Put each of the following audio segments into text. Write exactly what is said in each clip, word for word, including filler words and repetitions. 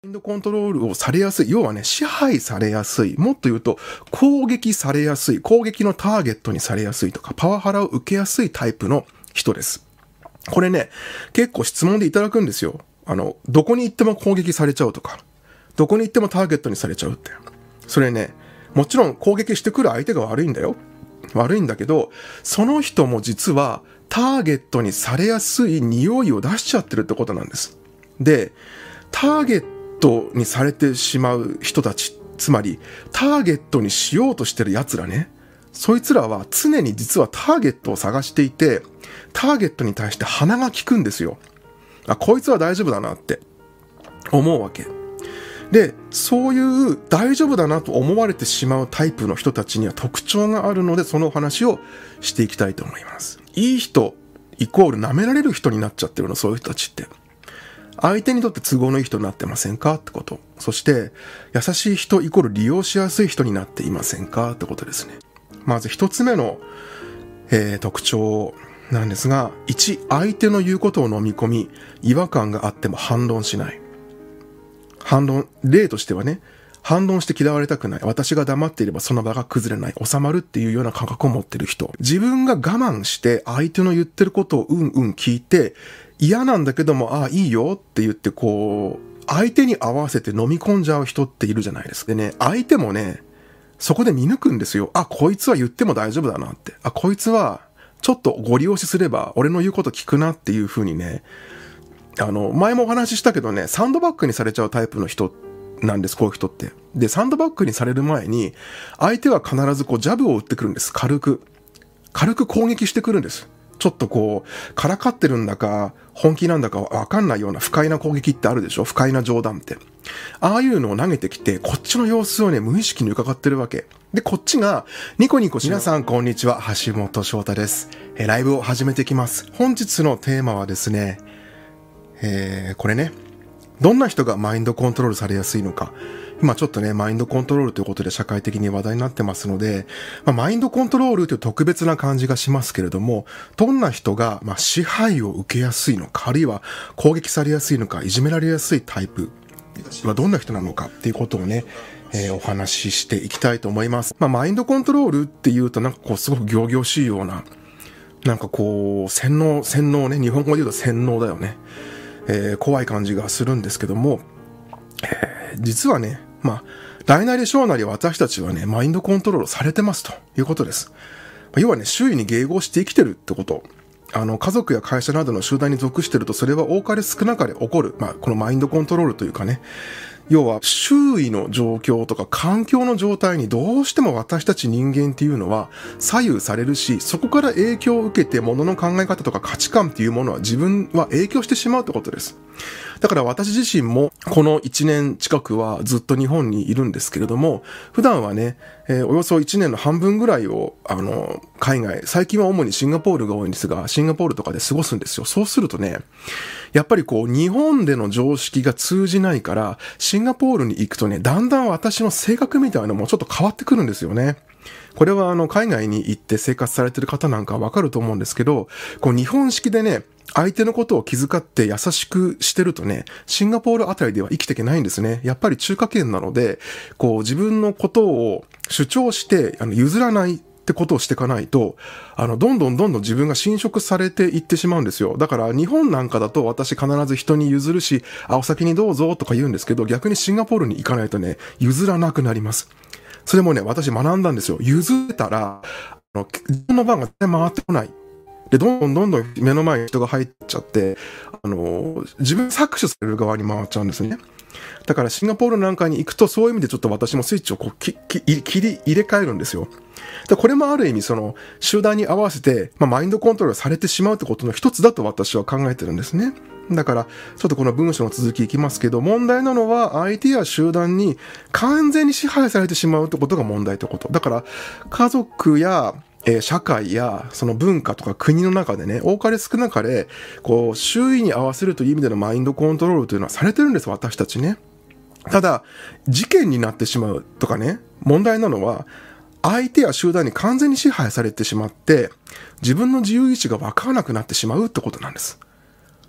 マインドコントロールをされやすい、要はね、支配されやすい、もっと言うと攻撃されやすい、攻撃のターゲットにされやすいとか、パワハラを受けやすいタイプの人です。これね、結構質問でいただくんですよ。あの、どこに行っても攻撃されちゃうとか、どこに行ってもターゲットにされちゃうって。それね、もちろん攻撃してくる相手が悪いんだよ。悪いんだけど、その人も実はターゲットにされやすい匂いを出しちゃってるってことなんです。で、ターゲットにされてしまう人たち、つまりターゲットにしようとしてる奴らね、そいつらは常に実はターゲットを探していて、ターゲットに対して鼻が利くんですよ。あ、こいつは大丈夫だなって思うわけで、そういう大丈夫だなと思われてしまうタイプの人たちには特徴があるので、そのお話をしていきたいと思います。いい人イコール舐められる人になっちゃってるの、そういう人たちって。相手にとって都合のいい人になってませんかってこと。そして優しい人イコール利用しやすい人になっていませんかってことですね。まず一つ目の、えー、特徴なんですが、いち、相手の言うことを飲み込み、違和感があっても反論しない。反論、例としてはね、反論して嫌われたくない。私が黙っていればその場が崩れない。収まるっていうような感覚を持っている人。自分が我慢して相手の言ってることをうんうん聞いて、嫌なんだけども、ああ、いいよって言ってこう、相手に合わせて飲み込んじゃう人っているじゃないですか。でね、相手もね、そこで見抜くんですよ。あ、こいつは言っても大丈夫だなって。あ、こいつはちょっとご利用しすれば俺の言うこと聞くなっていう風にね、あの、前もお話ししたけどね、サンドバッグにされちゃうタイプの人なんです、こういう人って。で、サンドバッグにされる前に、相手は必ずこうジャブを打ってくるんです。軽く。軽く攻撃してくるんです。ちょっとこう、からかってるんだか、本気なんだかわかんないような不快な攻撃ってあるでしょ？不快な冗談って。ああいうのを投げてきて、こっちの様子をね、無意識に伺ってるわけ。で、こっちが、ニコニコしながら、皆さんこんにちは、橋本翔太です。え、ライブを始めてきます。本日のテーマはですね、えー、これね、どんな人がマインドコントロールされやすいのか。今ちょっとね、マインドコントロールということで社会的に話題になってますので、まあ、マインドコントロールという特別な感じがしますけれども、どんな人が、まあ、支配を受けやすいのか、あるいは攻撃されやすいのか、いじめられやすいタイプはどんな人なのかっていうことをね、えー、お話ししていきたいと思います。まあ、マインドコントロールっていうとなんかこうすごく仰々しいような、なんかこう、洗脳、洗脳ね、日本語で言うと洗脳だよね。えー、怖い感じがするんですけども、えー、実はね、まあ、大なり小なり私たちはね、マインドコントロールされてますということです。要はね、周囲に迎合して生きてるってこと。あの、家族や会社などの集団に属してると、それは多かれ少なかれ起こる。まあ、このマインドコントロールというかね、要は周囲の状況とか環境の状態にどうしても私たち人間っていうのは左右されるし、そこから影響を受けて物の考え方とか価値観っていうものは自分は影響してしまうってことです。だから私自身もこのいちねん近くはずっと日本にいるんですけれども、普段はね、えー、およそいちねんの半分ぐらいをあの海外、最近は主にシンガポールが多いんですが、シンガポールとかで過ごすんですよ。そうするとね、やっぱりこう日本での常識が通じないから、シンガポールに行くとね、だんだん私の性格みたいなのもちょっと変わってくるんですよね。これはあの海外に行って生活されてる方なんかわかると思うんですけど、こう日本式でね、相手のことを気遣って優しくしてるとね、シンガポールあたりでは生きていけないんですね。やっぱり中華圏なので、こう自分のことを主張してあの譲らないってことをしていかないと、あのどんどんどんどん自分が侵食されていってしまうんですよ。だから日本なんかだと私必ず人に譲るし、あ、お先にどうぞとか言うんですけど、逆にシンガポールに行かないとね、譲らなくなります。それもね、私学んだんですよ。譲ったら、あの自分の番が回ってこない。で、どんどんどんどん目の前に人が入っちゃって、あの、自分搾取される側に回っちゃうんですね。だからシンガポールなんかに行くと、そういう意味でちょっと私もスイッチをこうきき切り入れ替えるんですよ。でこれもある意味その集団に合わせて、まあ、マインドコントロールされてしまうってことの一つだと私は考えてるんですね。だからちょっとこの文章の続きいきますけど、問題なのは相手や集団に完全に支配されてしまうってことが問題ってこと。だから家族やえー、社会やその文化とか国の中でね、多かれ少なかれこう周囲に合わせるという意味でのマインドコントロールというのはされてるんです、私たちね。ただ事件になってしまうとかね、問題なのは相手や集団に完全に支配されてしまって、自分の自由意志が分からなくなってしまうってことなんです。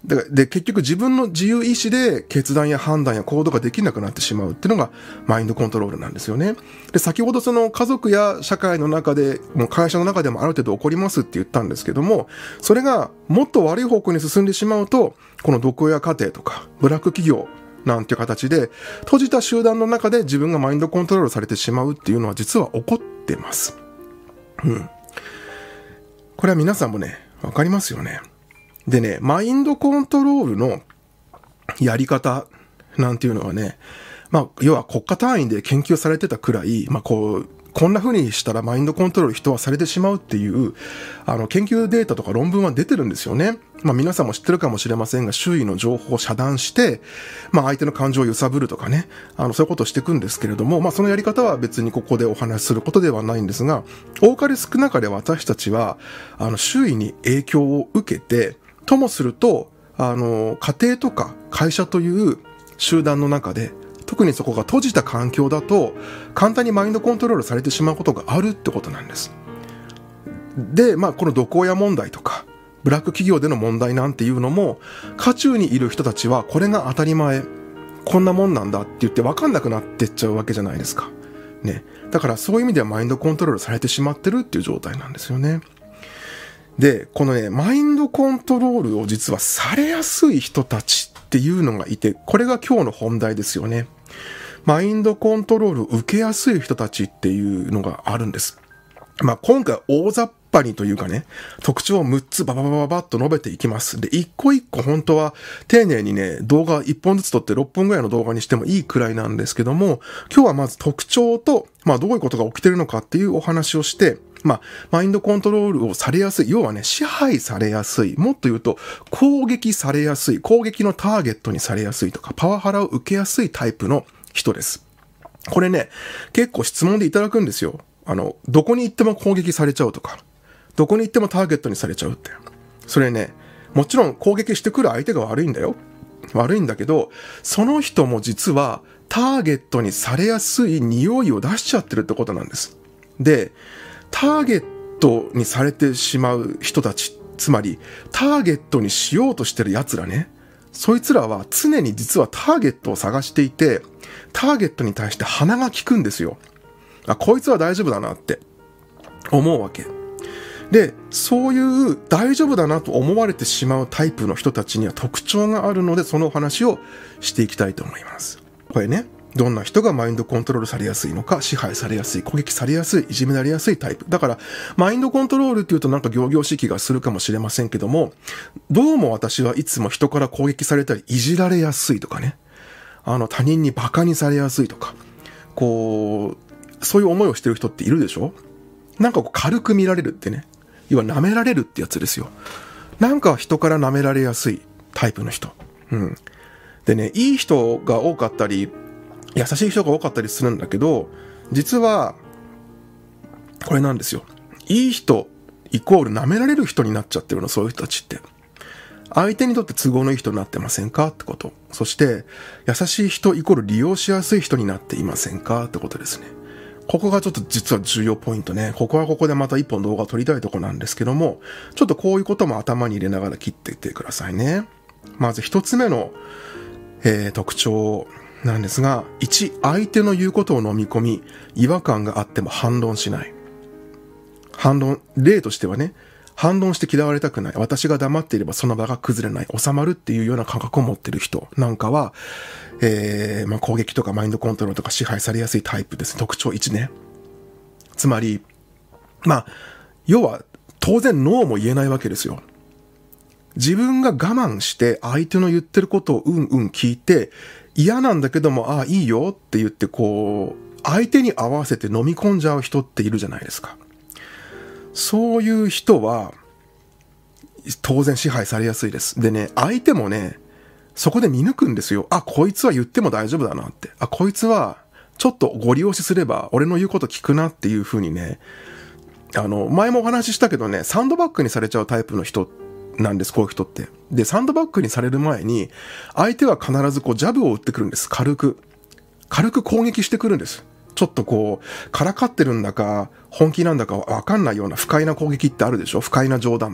で、で結局自分の自由意志で決断や判断や行動ができなくなってしまうっていうのがマインドコントロールなんですよね。で、先ほどその家族や社会の中で、もう会社の中でもある程度起こりますって言ったんですけども、それがもっと悪い方向に進んでしまうと、この毒親家庭とかブラック企業なんていう形で閉じた集団の中で自分がマインドコントロールされてしまうっていうのは実は起こってます。うん。これは皆さんもね、わかりますよね。でね、マインドコントロールのやり方なんていうのはね、まあ、要は国家単位で研究されてたくらい、まあ、こう、こんな風にしたらマインドコントロール人はされてしまうっていう、あの、研究データとか論文は出てるんですよね。まあ、皆さんも知ってるかもしれませんが、周囲の情報を遮断して、まあ、相手の感情を揺さぶるとかね、あの、そういうことをしていくんですけれども、まあ、そのやり方は別にここでお話しすることではないんですが、多かれ少なかれ私たちは、あの、周囲に影響を受けて、ともすると、あの、家庭とか会社という集団の中で、特にそこが閉じた環境だと、簡単にマインドコントロールされてしまうことがあるってことなんです。で、まあ、この毒親問題とか、ブラック企業での問題なんていうのも、渦中にいる人たちはこれが当たり前、こんなもんなんだって言って分かんなくなってっちゃうわけじゃないですか。ね。だからそういう意味ではマインドコントロールされてしまってるっていう状態なんですよね。で、このね、マインドコントロールを実はされやすい人たちっていうのがいて、これが今日の本題ですよね。マインドコントロールを受けやすい人たちっていうのがあるんです。まあ、今回大雑把にというかね、特徴をむっつバババババッと述べていきます。で、一個一個本当は丁寧にね、動画いっぽんずつ撮ってろっぽんぐらいの動画にしてもいいくらいなんですけども、今日はまず特徴と、まあどういうことが起きてるのかっていうお話をして、まあ、マインドコントロールをされやすい、要はね、支配されやすい、もっと言うと、攻撃されやすい、攻撃のターゲットにされやすいとか、パワハラを受けやすいタイプの人です。これね、結構質問でいただくんですよ。あの、どこに行っても攻撃されちゃうとか、どこに行ってもターゲットにされちゃうって。それね、もちろん攻撃してくる相手が悪いんだよ。悪いんだけど、その人も実はターゲットにされやすい匂いを出しちゃってるってことなんです。で、ターゲットにされてしまう人たち、つまりターゲットにしようとしてる奴らね、そいつらは常に実はターゲットを探していて、ターゲットに対して鼻が利くんですよ。あ、こいつは大丈夫だなって思うわけ。で、そういう大丈夫だなと思われてしまうタイプの人たちには特徴があるので、そのお話をしていきたいと思います。これね、どんな人がマインドコントロールされやすいのか、支配されやすい、攻撃されやすい、いじめられやすいタイプ。だから、マインドコントロールっていうとなんか仰々しい気がするかもしれませんけども、どうも私はいつも人から攻撃されたり、いじられやすいとかね、あの他人にバカにされやすいとか、こう、そういう思いをしてる人っているでしょ？なんかこう軽く見られるってね、要は舐められるってやつですよ。なんか人から舐められやすいタイプの人。うん。でね、いい人が多かったり、優しい人が多かったりするんだけど、実は、これなんですよ。いい人イコール舐められる人になっちゃってるの、そういう人たちって。相手にとって都合のいい人になってませんかってこと。そして、優しい人イコール利用しやすい人になっていませんかってことですね。ここがちょっと実は重要ポイントね。ここはここでまた一本動画を撮りたいとこなんですけども、ちょっとこういうことも頭に入れながら切っていってくださいね。まず一つ目の、えー、特徴なんですが、いち、相手の言うことを飲み込み、違和感があっても反論しない。反論、例としてはね、反論して嫌われたくない。私が黙っていればその場が崩れない。収まるっていうような感覚を持っている人なんかは、えー、まあ攻撃とかマインドコントロールとか支配されやすいタイプです。特徴いちね。つまり、まあ、要は当然ノーも言えないわけですよ。自分が我慢して相手の言ってることをうんうん聞いて、嫌なんだけども、ああ、いいよって言ってこう、相手に合わせて飲み込んじゃう人っているじゃないですか。そういう人は、当然支配されやすいです。でね、相手もね、そこで見抜くんですよ。あ、こいつは言っても大丈夫だなって。あ、こいつは、ちょっとご利用しすれば、俺の言うこと聞くなっていう風にね、あの、前もお話ししたけどね、サンドバッグにされちゃうタイプの人なんです、こういう人って。で、サンドバッグにされる前に、相手は必ずこう、ジャブを打ってくるんです。軽く。軽く攻撃してくるんです。ちょっとこう、からかってるんだか、本気なんだかわかんないような不快な攻撃ってあるでしょ？不快な冗談って。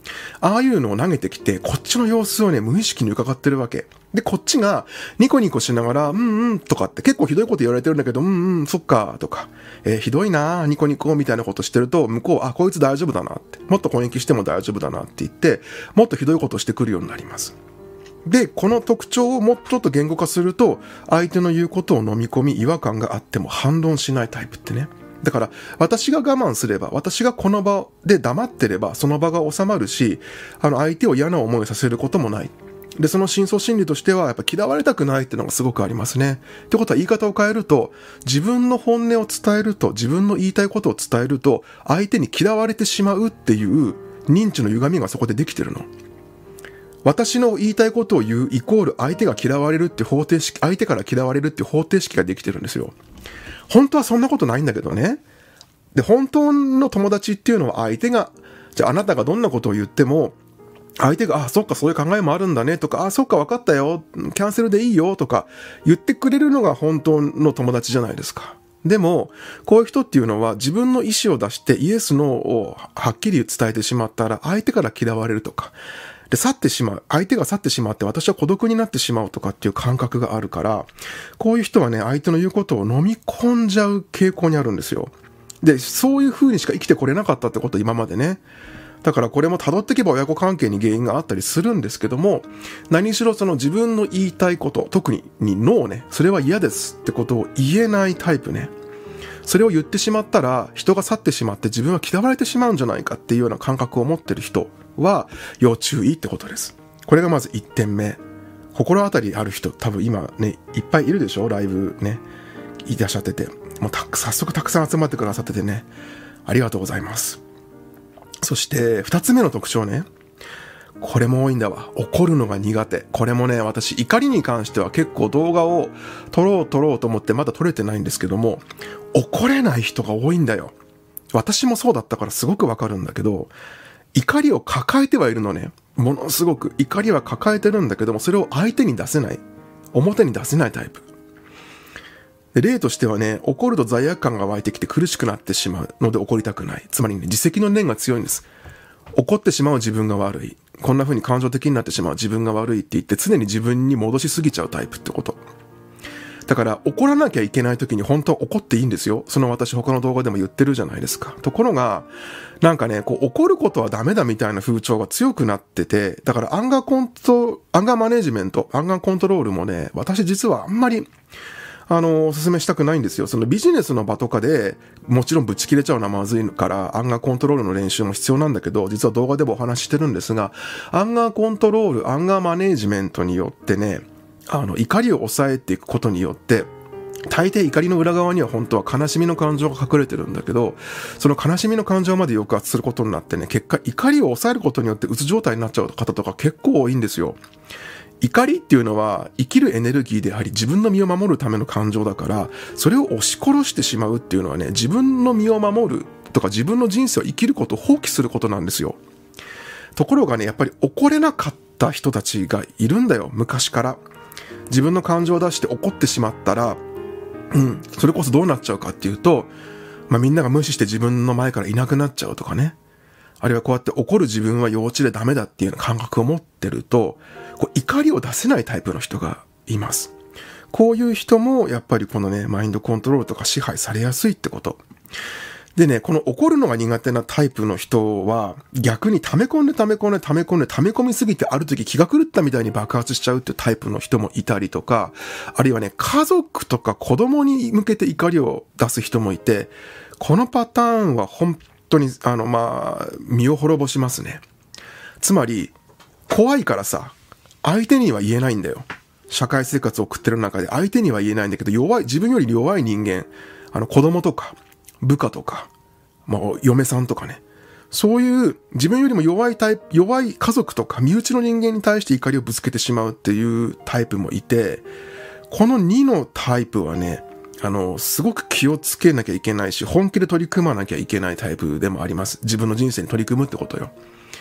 ああいうのを投げてきて、こっちの様子をね、無意識に伺ってるわけ。で、こっちがニコニコしながら、うんうんとかって結構ひどいこと言われてるんだけど、うんうん、そっか、とか、えー、ひどいなニコニコみたいなことしてると、向こう、あ、こいつ大丈夫だなって、もっと攻撃しても大丈夫だなって言って、もっとひどいことしてくるようになります。で、この特徴をもっとちょっと言語化すると、相手の言うことを飲み込み、違和感があっても反論しないタイプってね。だから私が我慢すれば、私がこの場で黙ってればその場が収まるし、あの相手を嫌な思いさせることもない。で、その深層心理としてはやっぱ嫌われたくないっていうのがすごくありますね。ってことは言い方を変えると、自分の本音を伝えると、自分の言いたいことを伝えると、相手に嫌われてしまうっていう認知の歪みがそこでできてるの。私の言いたいことを言うイコール相手が嫌われるって方程式、相手から嫌われるって方程式ができてるんですよ。本当はそんなことないんだけどね。で、本当の友達っていうのは相手が、じゃああなたがどんなことを言っても、相手が、あ、そっか、そういう考えもあるんだねとか、あ、そっか、分かったよ、キャンセルでいいよとか言ってくれるのが本当の友達じゃないですか。でも、こういう人っていうのは自分の意思を出してイエス、ノーをはっきり伝えてしまったら相手から嫌われるとか、で、去ってしまう。相手が去ってしまって私は孤独になってしまうとかっていう感覚があるから、こういう人はね、相手の言うことを飲み込んじゃう傾向にあるんですよ。で、そういう風にしか生きてこれなかったってこと今までね。だからこれも辿っていけば親子関係に原因があったりするんですけども、何しろその自分の言いたいこと、特にノーね、それは嫌ですってことを言えないタイプね。それを言ってしまったら人が去ってしまって自分は嫌われてしまうんじゃないかっていうような感覚を持ってる人は要注意ってことです。これがまずいってんめ。心当たりある人多分今ねいっぱいいるでしょ。ライブねいらっしゃってて、もうた早速たくさん集まってくださっててね、ありがとうございます。そして二つ目の特徴ね、これも多いんだわ。怒るのが苦手。これもね、私怒りに関しては結構動画を撮ろう撮ろうと思ってまだ撮れてないんですけども、怒れない人が多いんだよ。私もそうだったからすごくわかるんだけど、怒りを抱えてはいるのね。ものすごく怒りは抱えてるんだけども、それを相手に出せない、表に出せないタイプで、例としてはね、怒ると罪悪感が湧いてきて苦しくなってしまうので怒りたくない。つまりね、自責の念が強いんです。怒ってしまう自分が悪い、こんな風に感情的になってしまう自分が悪いって言って常に自分に戻しすぎちゃうタイプってこと。だから怒らなきゃいけない時に本当は怒っていいんですよ。その私他の動画でも言ってるじゃないですか。ところがなんかね、こう怒ることはダメだみたいな風潮が強くなってて、だからアンガーコントアンガーマネジメント、アンガーコントロールもね、私実はあんまりあのおすすめしたくないんですよ。そのビジネスの場とかでもちろんブチ切れちゃうのはまずいからアンガーコントロールの練習も必要なんだけど、実は動画でもお話ししてるんですが、アンガーコントロール、アンガーマネジメントによってね、あの怒りを抑えていくことによって、大抵怒りの裏側には本当は悲しみの感情が隠れてるんだけど、その悲しみの感情まで抑圧することになってね、結果怒りを抑えることによってうつ状態になっちゃう方とか結構多いんですよ。怒りっていうのは生きるエネルギーであり、自分の身を守るための感情だから、それを押し殺してしまうっていうのはね、自分の身を守るとか自分の人生を生きることを放棄することなんですよ。ところがね、やっぱり怒れなかった人たちがいるんだよ、昔から。自分の感情を出して怒ってしまったら、うん、それこそどうなっちゃうかっていうと、まあみんなが無視して自分の前からいなくなっちゃうとかね。あるいはこうやって怒る自分は幼稚でダメだっていう感覚を持ってると、こう怒りを出せないタイプの人がいます。こういう人もやっぱりこのね、マインドコントロールとか支配されやすいってこと。でね、この怒るのが苦手なタイプの人は逆に溜め込んで溜め込んで溜め込んで溜め込みすぎて、ある時気が狂ったみたいに爆発しちゃうっていうタイプの人もいたりとか、あるいはね、家族とか子供に向けて怒りを出す人もいて、このパターンは本当にあのまあ身を滅ぼしますね。つまり怖いからさ、相手には言えないんだよ。社会生活を送ってる中で相手には言えないんだけど、弱い、自分より弱い人間、あの子供とか部下とか、まあ、嫁さんとかね、そういう自分よりも弱いタイプ、弱い家族とか身内の人間に対して怒りをぶつけてしまうっていうタイプもいて、このにのタイプはね、あのすごく気をつけなきゃいけないし、本気で取り組まなきゃいけないタイプでもあります。自分の人生に取り組むってことよ。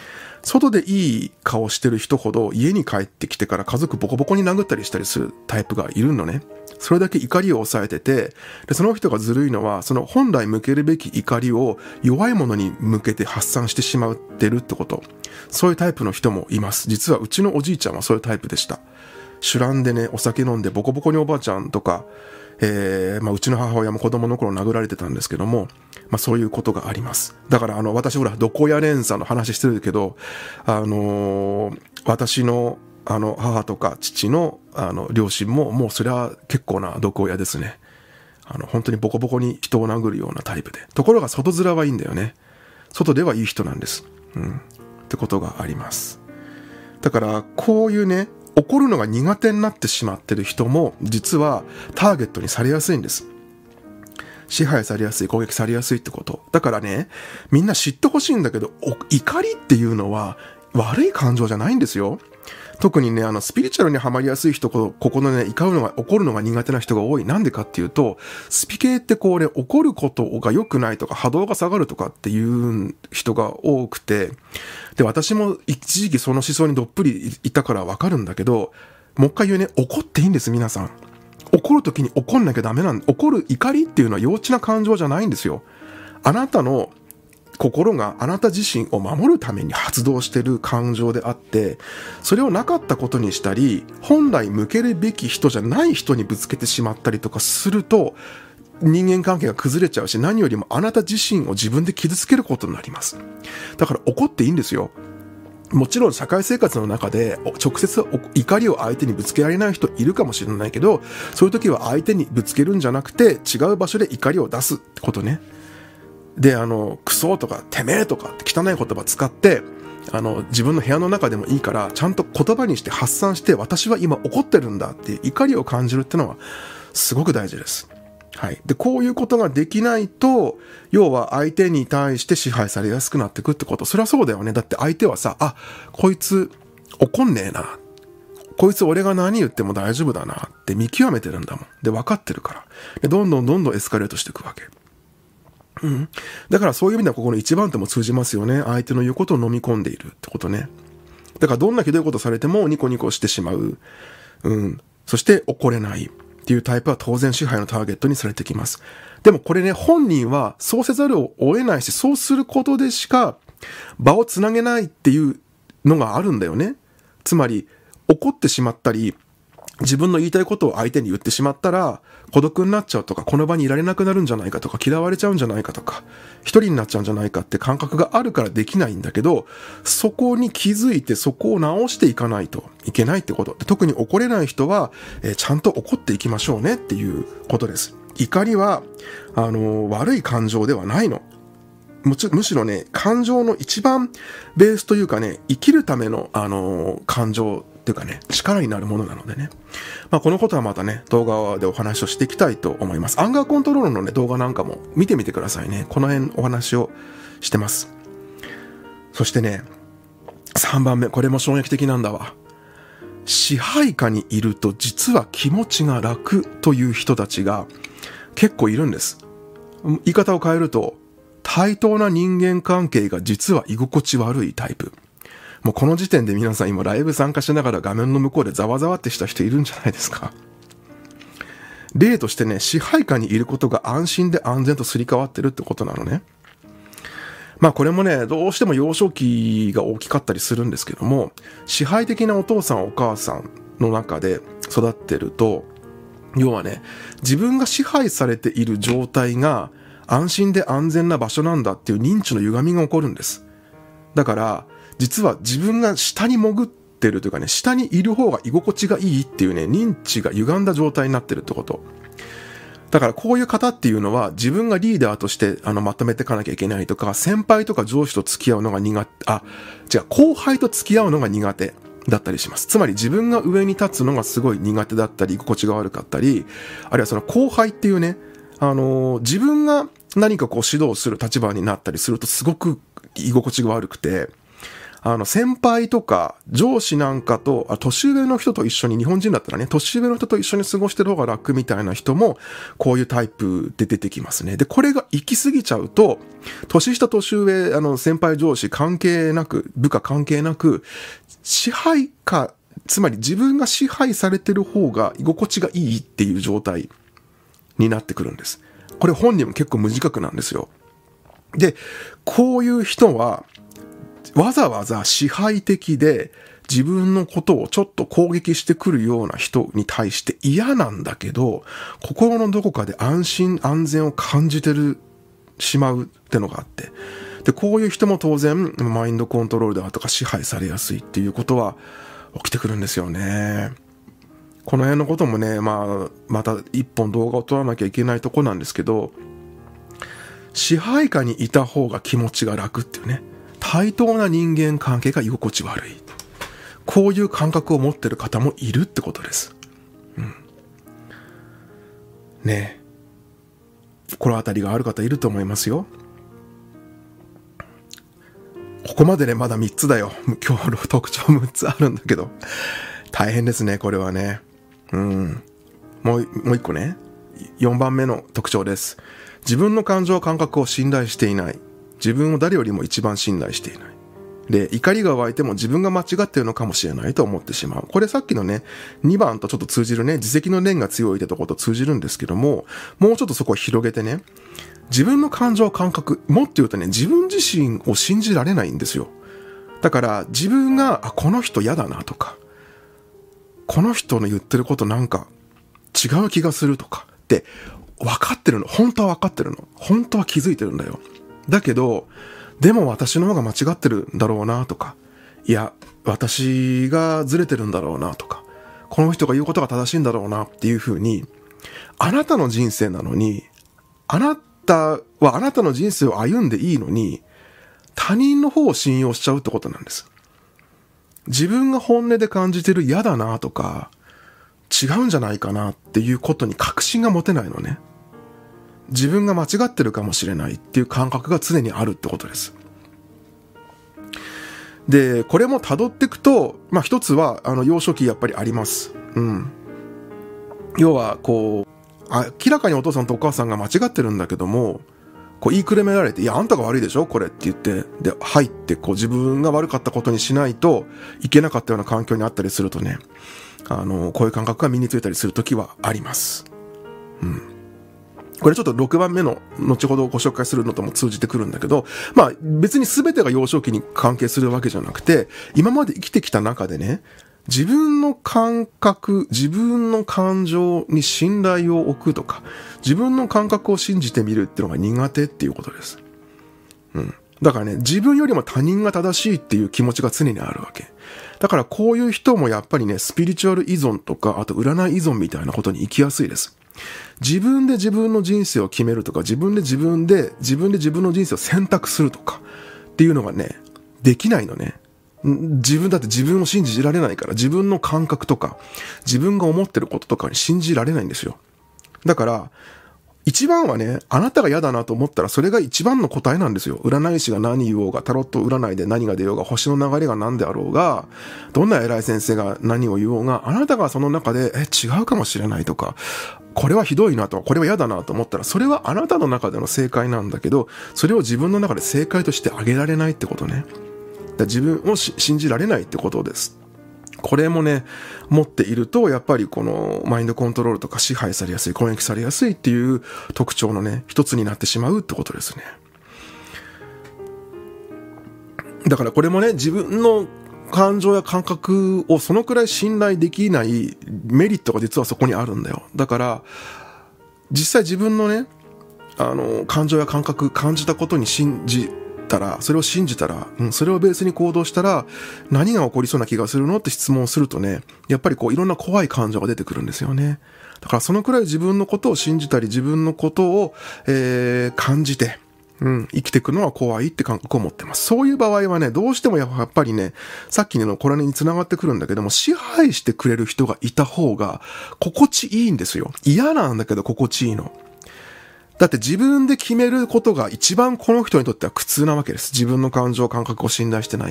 外でいい顔してる人ほど家に帰ってきてから家族ボコボコに殴ったりしたりするタイプがいるのね。それだけ怒りを抑えてて、でその人がずるいのは、その本来向けるべき怒りを弱いものに向けて発散してしまってるってこと。そういうタイプの人もいます。実はうちのおじいちゃんはそういうタイプでした。酒乱でね、お酒飲んでボコボコにおばあちゃんとか、えーまあ、うちの母親も子供の頃殴られてたんですけども、まあ、そういうことがあります。だからあの私ほら毒親連鎖の話してるけど、あのー、私のあの母とか父のあの両親ももうそれは結構な毒親ですね。あの本当にボコボコに人を殴るようなタイプで、ところが外面はいいんだよね。外ではいい人なんです、うん、ってことがあります。だからこういうね、怒るのが苦手になってしまってる人も実はターゲットにされやすいんです。支配されやすい、攻撃されやすいってこと。だからね、みんな知ってほしいんだけど、怒りっていうのは悪い感情じゃないんですよ。特にね、あのスピリチュアルにはまりやすい人、ここのね、怒るのが怒るのが苦手な人が多い。なんでかっていうと、スピ系ってこうね、怒ることが良くないとか波動が下がるとかっていう人が多くて、で私も一時期その思想にどっぷりいたからわかるんだけど、もう一回言うね、怒っていいんです。皆さん怒るときに怒んなきゃダメなんで、怒る怒りっていうのは幼稚な感情じゃないんですよ。あなたの心があなた自身を守るために発動している感情であって、それをなかったことにしたり、本来向けるべき人じゃない人にぶつけてしまったりとかすると、人間関係が崩れちゃうし、何よりもあなた自身を自分で傷つけることになります。だから怒っていいんですよ。もちろん社会生活の中で直接怒りを相手にぶつけられない人いるかもしれないけど、そういう時は相手にぶつけるんじゃなくて違う場所で怒りを出すってことね。で、あのクソとかてめえとかって汚い言葉使って、あの自分の部屋の中でもいいからちゃんと言葉にして発散して、私は今怒ってるんだっていう怒りを感じるってのはすごく大事です。はい。で、こういうことができないと、要は相手に対して支配されやすくなっていくってこと。それはそうだよね。だって相手はさ、あ、こいつ怒んねえな。こいつ俺が何言っても大丈夫だなって見極めてるんだもん。で、分かってるから。で、どんどんどんどんエスカレートしていくわけ。うん。だからそういう意味ではここの一番手も通じますよね。相手の言うことを飲み込んでいるってことね。だからどんなひどいことされてもニコニコしてしまう。うん。そして怒れない。っていうタイプは当然支配のターゲットにされてきます。でもこれね、本人はそうせざるを得ないし、そうすることでしか場をつなげないっていうのがあるんだよね。つまり怒ってしまったり、自分の言いたいことを相手に言ってしまったら孤独になっちゃうとか、この場にいられなくなるんじゃないかとか、嫌われちゃうんじゃないかとか、一人になっちゃうんじゃないかって感覚があるからできないんだけど、そこに気づいてそこを直していかないといけないってことで、特に怒れない人は、えー、ちゃんと怒っていきましょうねっていうことです。怒りはあのー、悪い感情ではないの。むちむしろね、感情の一番ベースというかね、生きるための、あのー、感情っていうかね、力になるものなのでね。まあ、このことはまたね、動画でお話をしていきたいと思います。アンガーコントロールのね、動画なんかも見てみてくださいね。この辺お話をしてます。そしてね、さんばんめ、これも衝撃的なんだわ。支配下にいると実は気持ちが楽という人たちが結構いるんです。言い方を変えると、対等な人間関係が実は居心地悪いタイプ。もうこの時点で皆さん今ライブ参加しながら画面の向こうでざわざわってした人いるんじゃないですか。例としてね、支配下にいることが安心で安全とすり替わってるってことなのね。まあこれもね、どうしても幼少期が大きかったりするんですけども、支配的なお父さんお母さんの中で育ってると、要はね、自分が支配されている状態が安心で安全な場所なんだっていう認知の歪みが起こるんです。だから実は自分が下に潜ってるというかね、下にいる方が居心地がいいっていうね、認知が歪んだ状態になってるってこと。だからこういう方っていうのは自分がリーダーとしてあのまとめていかなきゃいけないとか、先輩とか上司と付き合うのが苦手、あ、違う、後輩と付き合うのが苦手だったりします。つまり自分が上に立つのがすごい苦手だったり、居心地が悪かったり、あるいはその後輩っていうね、あのー、自分が何かこう指導する立場になったりするとすごく居心地が悪くて、 あの、先輩とか上司なんかと、あ、年上の人と一緒に、日本人だったらね、年上の人と一緒に過ごしてる方が楽みたいな人も、こういうタイプで出てきますね。で、これが行き過ぎちゃうと、年下年上、あの、先輩上司関係なく、部下関係なく、支配下、つまり自分が支配されてる方が居心地がいいっていう状態になってくるんです。これ本人も結構無自覚なんですよ。で、こういう人は、わざわざ支配的で自分のことをちょっと攻撃してくるような人に対して嫌なんだけど、心のどこかで安心安全を感じてるしまうってのがあって、で、こういう人も当然マインドコントロールだとか支配されやすいっていうことは起きてくるんですよね。この辺のこともね、まあ、また一本動画を撮らなきゃいけないとこなんですけど、支配下にいた方が気持ちが楽っていうね。対等な人間関係が居心地悪い。こういう感覚を持っている方もいるってことです。うん、ねえ。心当たりがある方いると思いますよ。ここまでね、まだみっつだよ。今日の特徴むっつあるんだけど。大変ですね、これはね。うん。もう、もう一個ね。よんばんめの特徴です。自分の感情感覚を信頼していない。自分を誰よりも一番信頼していない。で、怒りが湧いても自分が間違っているのかもしれないと思ってしまう。これさっきのね、にばんとちょっと通じるね、自責の念が強いってとこと通じるんですけども、もうちょっとそこを広げてね、自分の感情感覚、もっと言うとね、自分自身を信じられないんですよ。だから自分が、あ、この人嫌だなとか、この人の言ってることなんか違う気がするとかって分かってるの。本当は分かってるの。本当は気づいてるんだよ。だけど、でも私の方が間違ってるんだろうなとか、いや、私がずれてるんだろうなとか、この人が言うことが正しいんだろうなっていうふうに、あなたの人生なのに、あなたはあなたの人生を歩んでいいのに、他人の方を信用しちゃうってことなんです。自分が本音で感じてる嫌だなとか、違うんじゃないかなっていうことに確信が持てないのね。自分が間違ってるかもしれないっていう感覚が常にあるってことです。で、これも辿っていくと、まあ一つは、あの、幼少期やっぱりあります。うん。要は、こう、明らかにお父さんとお母さんが間違ってるんだけども、こう言いくるめられて、いや、あんたが悪いでしょこれって言って、で、入って、こう自分が悪かったことにしないといけなかったような環境にあったりするとね、あの、こういう感覚が身についたりするときはあります。うん。これちょっとろくばんめの後ほどご紹介するのとも通じてくるんだけど、まあ別に全てが幼少期に関係するわけじゃなくて、今まで生きてきた中でね、自分の感覚、自分の感情に信頼を置くとか、自分の感覚を信じてみるっていうのが苦手っていうことです。うん。だからね、自分よりも他人が正しいっていう気持ちが常にあるわけ。だからこういう人もやっぱりね、スピリチュアル依存とか、あと占い依存みたいなことに行きやすいです。自分で自分の人生を決めるとか、自分で自分で、自分で自分の人生を選択するとかっていうのがね、できないのね。自分だって自分を信じられないから、自分の感覚とか、自分が思ってることとかに信じられないんですよ。だから、一番はね、あなたが嫌だなと思ったらそれが一番の答えなんですよ。占い師が何言おうが、タロット占いで何が出ようが、星の流れが何であろうが、どんな偉い先生が何を言おうが、あなたがその中で、え、違うかもしれないとか、これはひどいなとか、これは嫌だなと思ったら、それはあなたの中での正解なんだけど、それを自分の中で正解としてあげられないってことね。だ自分を信じられないってことです。これもね、持っていると、やっぱりこのマインドコントロールとか支配されやすい、攻撃されやすいっていう特徴のね、一つになってしまうってことですね。だからこれもね、自分の感情や感覚をそのくらい信頼できないメリットが実はそこにあるんだよ。だから、実際自分のね、あの、感情や感覚、感じたことに信じ、たらそれを信じたら、うん、それをベースに行動したら何が起こりそうな気がするのって質問をするとね、やっぱりこういろんな怖い感情が出てくるんですよね。だからそのくらい自分のことを信じたり自分のことを、えー、感じて、うん、生きていくのは怖いって感覚を持ってます。そういう場合はね、どうしてもやっぱりね、さっきのこれに繋がってくるんだけども、支配してくれる人がいた方が心地いいんですよ。嫌なんだけど心地いいの。だって自分で決めることが一番この人にとっては苦痛なわけです。自分の感情感覚を信頼してないから。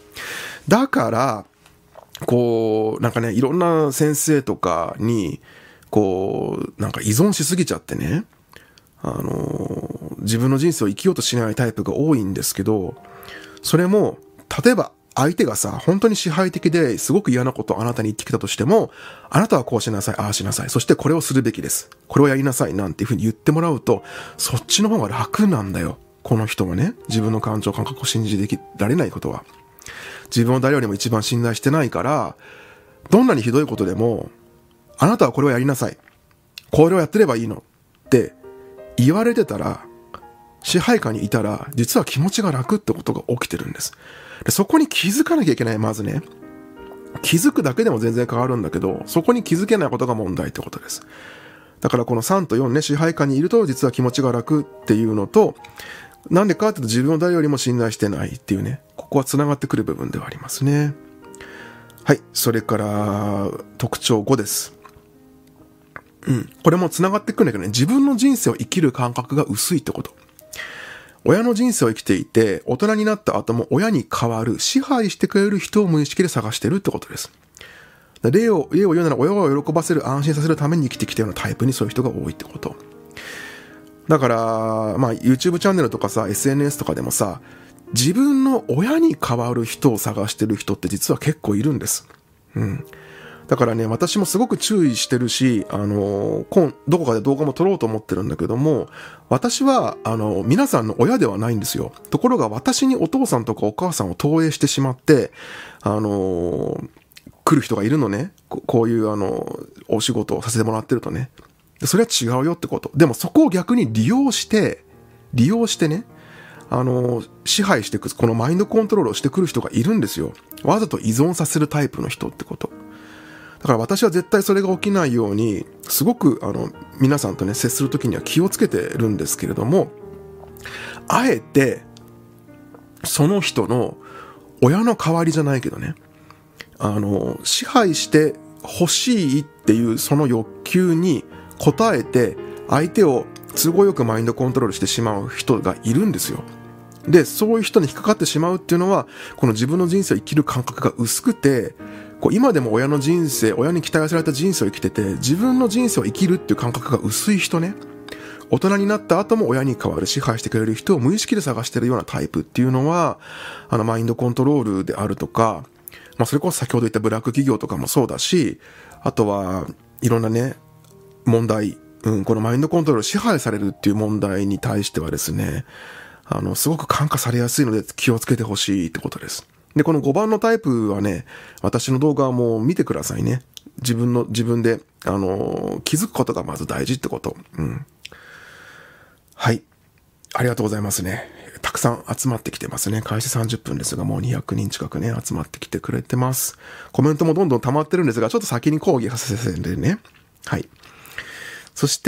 だから、こう、なんかね、いろんな先生とかに、こう、なんか依存しすぎちゃってね、あの、自分の人生を生きようとしないタイプが多いんですけど、それも、例えば相手がさ、本当に支配的ですごく嫌なことをあなたに言ってきたとしても、あなたはこうしなさい、ああしなさい、そしてこれをするべきです。これをやりなさい、なんていうふうに言ってもらうと、そっちの方が楽なんだよ。この人はね、自分の感情感覚を信じてられないことは。自分を誰よりも一番信頼してないから、どんなにひどいことでも、あなたはこれをやりなさい。これをやってればいいのって言われてたら、支配下にいたら、実は気持ちが楽ってことが起きてるんです。で、そこに気づかなきゃいけない、まずね。気づくだけでも全然変わるんだけど、そこに気づけないことが問題ってことです。だからこのさんとよんね、支配下にいると実は気持ちが楽っていうのと、なんでかっていうと自分を誰よりも信頼してないっていうね、ここは繋がってくる部分ではありますね。はい、それから特徴ごです。うん、これも繋がってくるんだけどね、自分の人生を生きる感覚が薄いってこと。親の人生を生きていて、大人になった後も親に代わる、支配してくれる人を無意識で探してるってことです。例を、例を言うなら親を喜ばせる、安心させるために生きてきたようなタイプにそういう人が多いってこと。だから、まあ YouTube チャンネルとかさ、エスエヌエス とかでもさ、自分の親に代わる人を探してる人って実は結構いるんです。うん。だからね、私もすごく注意してるし、あの、今、どこかで動画も撮ろうと思ってるんだけども、私は、あの、皆さんの親ではないんですよ。ところが私にお父さんとかお母さんを投影してしまって、あの、来る人がいるのね。こ, こういう、あの、お仕事をさせてもらってるとね。それは違うよってこと。でもそこを逆に利用して、利用してね、あの、支配していく、このマインドコントロールをしてくる人がいるんですよ。わざと依存させるタイプの人ってこと。だから私は絶対それが起きないように、すごくあの皆さんとね接するときには気をつけてるんですけれども、あえてその人の親の代わりじゃないけどね、あの支配して欲しいっていうその欲求に応えて相手を都合よくマインドコントロールしてしまう人がいるんですよ。で、そういう人に引っかかってしまうっていうのは、この自分の人生を生きる感覚が薄くて、こう今でも親の人生、親に期待された人生を生きてて、自分の人生を生きるっていう感覚が薄い人ね。大人になった後も親に代わる、支配してくれる人を無意識で探してるようなタイプっていうのは、あのマインドコントロールであるとか、まあそれこそ先ほど言ったブラック企業とかもそうだし、あとはいろんなね、問題、うん、このマインドコントロール支配されるっていう問題に対してはですね、あの、すごく感化されやすいので気をつけてほしいってことです。で、このごばんのタイプはね、私の動画はもう見てくださいね。自分の、自分で、あの、気づくことがまず大事ってこと。うん。はい。ありがとうございますね。たくさん集まってきてますね。開始さんじゅっぷんですが、もうにひゃくにん近くね、集まってきてくれてます。コメントもどんどん溜まってるんですが、ちょっと先に講義させてね。はい。そして、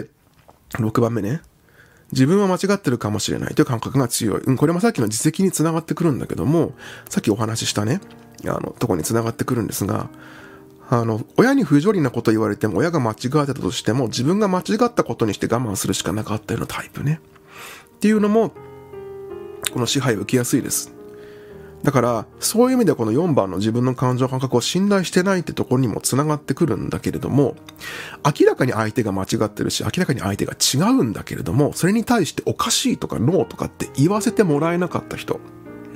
ろくばんめね。自分は間違ってるかもしれないという感覚が強い。うん、これもさっきの自責につながってくるんだけども、さっきお話ししたね、あの、とこにつながってくるんですが、あの、親に不条理なこと言われても、親が間違ってたとしても、自分が間違ったことにして我慢するしかなかったようなタイプね。っていうのも、この支配を受けやすいです。だから、そういう意味ではこのよんばんの自分の感情感覚を信頼してないってところにもつながってくるんだけれども、明らかに相手が間違ってるし、明らかに相手が違うんだけれども、それに対しておかしいとかノーとかって言わせてもらえなかった人。うん。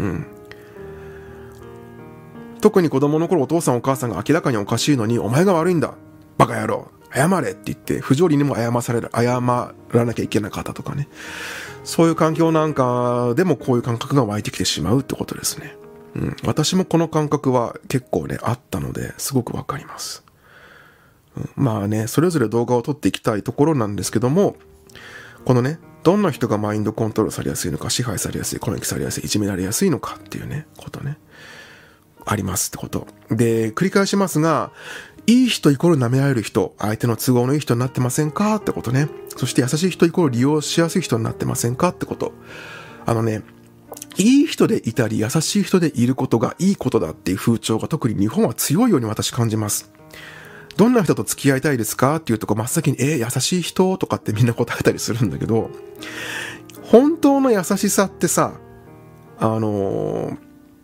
特に子供の頃お父さんお母さんが明らかにおかしいのに、お前が悪いんだバカ野郎謝れって言って、不条理にも謝される、謝らなきゃいけなかったとかね。そういう環境なんかでもこういう感覚が湧いてきてしまうってことですね。うん、私もこの感覚は結構ね、あったので、すごくわかります。うん、まあね、それぞれ動画を撮っていきたいところなんですけども、このね、どんな人がマインドコントロールされやすいのか、支配されやすい、攻撃されやすい、いじめられやすいのかっていうね、ことね、ありますってこと。で、繰り返しますが、いい人イコール舐められる人、相手の都合のいい人になってませんかってことね。そして優しい人イコール利用しやすい人になってませんかってこと。あのね、いい人でいたり優しい人でいることがいいことだっていう風潮が特に日本は強いように私感じます。どんな人と付き合いたいですかっていうとこ真っ先に、えー、優しい人とかってみんな答えたりするんだけど、本当の優しさってさ、あのー、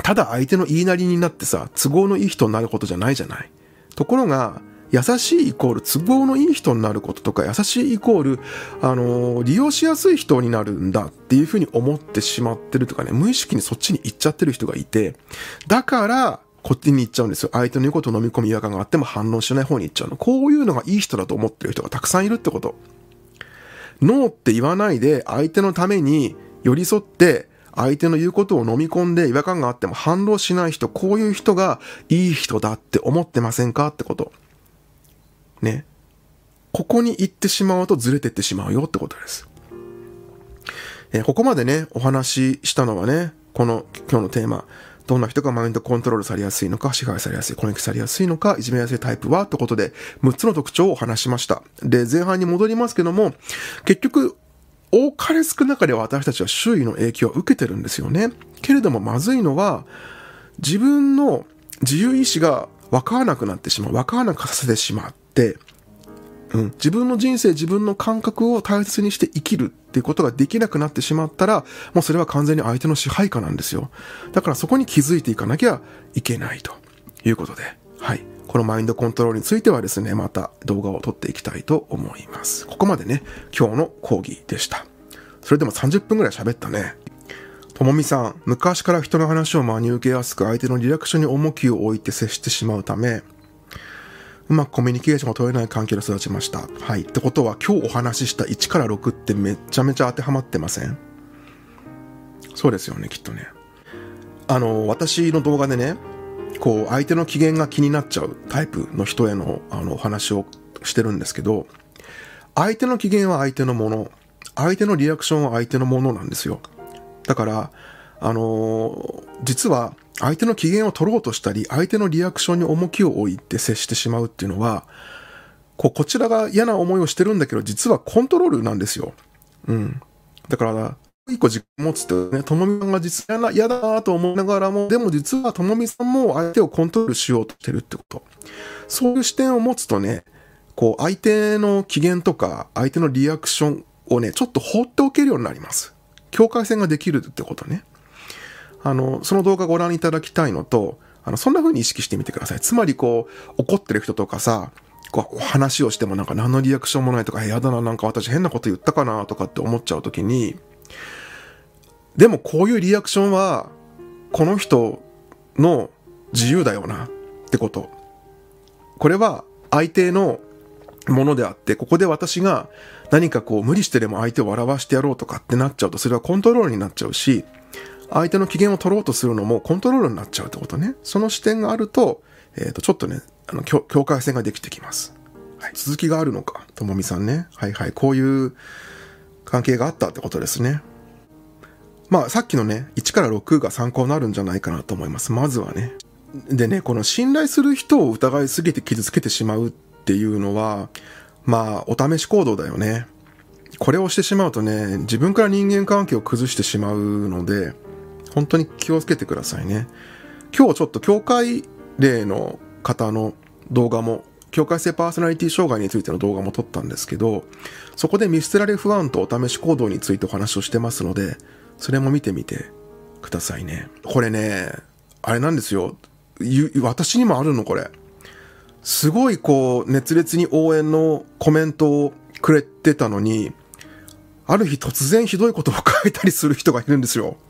ただ相手の言いなりになってさ、都合のいい人になることじゃないじゃない。ところが、優しいイコール都合のいい人になることとか、優しいイコール、あのー、利用しやすい人になるんだっていうふうに思ってしまってるとかね、無意識にそっちに行っちゃってる人がいて、だから、こっちに行っちゃうんですよ。相手の言うことを飲み込み違和感があっても反応しない方に行っちゃうの。こういうのがいい人だと思ってる人がたくさんいるってこと。ノーって言わないで、相手のために寄り添って、相手の言うことを飲み込んで違和感があっても反応しない人、こういう人がいい人だって思ってませんかってこと。ね。ここに行ってしまうとずれてってしまうよってことです。えー、ここまでね、お話ししたのはね、この今日のテーマ、どんな人がマインドコントロールされやすいのか、支配されやすい、攻撃されやすいのか、いじめやすいタイプはってことで、むっつの特徴をお話しました。で、前半に戻りますけども、結局、多かれ少なかれ私たちは周囲の影響を受けてるんですよね。けれどもまずいのは、自分の自由意志が分からなくなってしまう、分からなくさせてしまって、うん、自分の人生、自分の感覚を大切にして生きるっていうことができなくなってしまったら、もうそれは完全に相手の支配下なんですよ。だからそこに気づいていかなきゃいけないということで、はい。このマインドコントロールについてはですね、また動画を撮っていきたいと思います。ここまでね、今日の講義でした。それでもさんじゅっぷんぐらい喋ったね。ともみさん、昔から人の話を真に受けやすく、相手のリアクションに重きを置いて接してしまうため、うまくコミュニケーションが取れない環境で育ちました。はい。ってことは今日お話ししたいちからろくってめちゃめちゃ当てはまってません？そうですよね、きっとね。あの、私の動画でね、こう、相手の機嫌が気になっちゃうタイプの人への、あの、お話をしてるんですけど、相手の機嫌は相手のもの、相手のリアクションは相手のものなんですよ。だから、あの、実は、相手の機嫌を取ろうとしたり、相手のリアクションに重きを置いて接してしまうっていうのは、こう、こちらが嫌な思いをしてるんだけど、実はコントロールなんですよ。うん。だから、一個実感持つってね、ともみさんが実は嫌だなと思いながらも、でも実はともみさんも相手をコントロールしようとしてるってこと。そういう視点を持つとね、こう、相手の機嫌とか、相手のリアクションをね、ちょっと放っておけるようになります。境界線ができるってことね。あの、その動画ご覧いただきたいのと、あの、そんな風に意識してみてください。つまりこう、怒ってる人とかさ、こう、話をしてもなんか何のリアクションもないとか、やだな、なんか私変なこと言ったかなとかって思っちゃうときに、でもこういうリアクションは、この人の自由だよなってこと。これは相手のものであって、ここで私が何かこう無理してでも相手を笑わしてやろうとかってなっちゃうと、それはコントロールになっちゃうし、相手の機嫌を取ろうとするのもコントロールになっちゃうってことね。その視点があると、えっと、ちょっとね、あの、境界線ができてきます。はい、続きがあるのか、ともみさんね。はいはい、こういう関係があったってことですね。まあ、さっきのね、いちからろくが参考になるんじゃないかなと思います。まずはね。でね、この信頼する人を疑いすぎて傷つけてしまうっていうのは、まあ、お試し行動だよね。これをしてしまうとね、自分から人間関係を崩してしまうので、本当に気をつけてくださいね。今日ちょっと境界例の方の動画も、境界性パーソナリティ障害についての動画も撮ったんですけど、そこで見捨てられ不安とお試し行動についてお話をしてますので、それも見てみてくださいね。これね、あれなんですよ。私にもあるのこれ。すごいこう、熱烈に応援のコメントをくれてたのに、ある日突然ひどいことを書いたりする人がいるんですよ。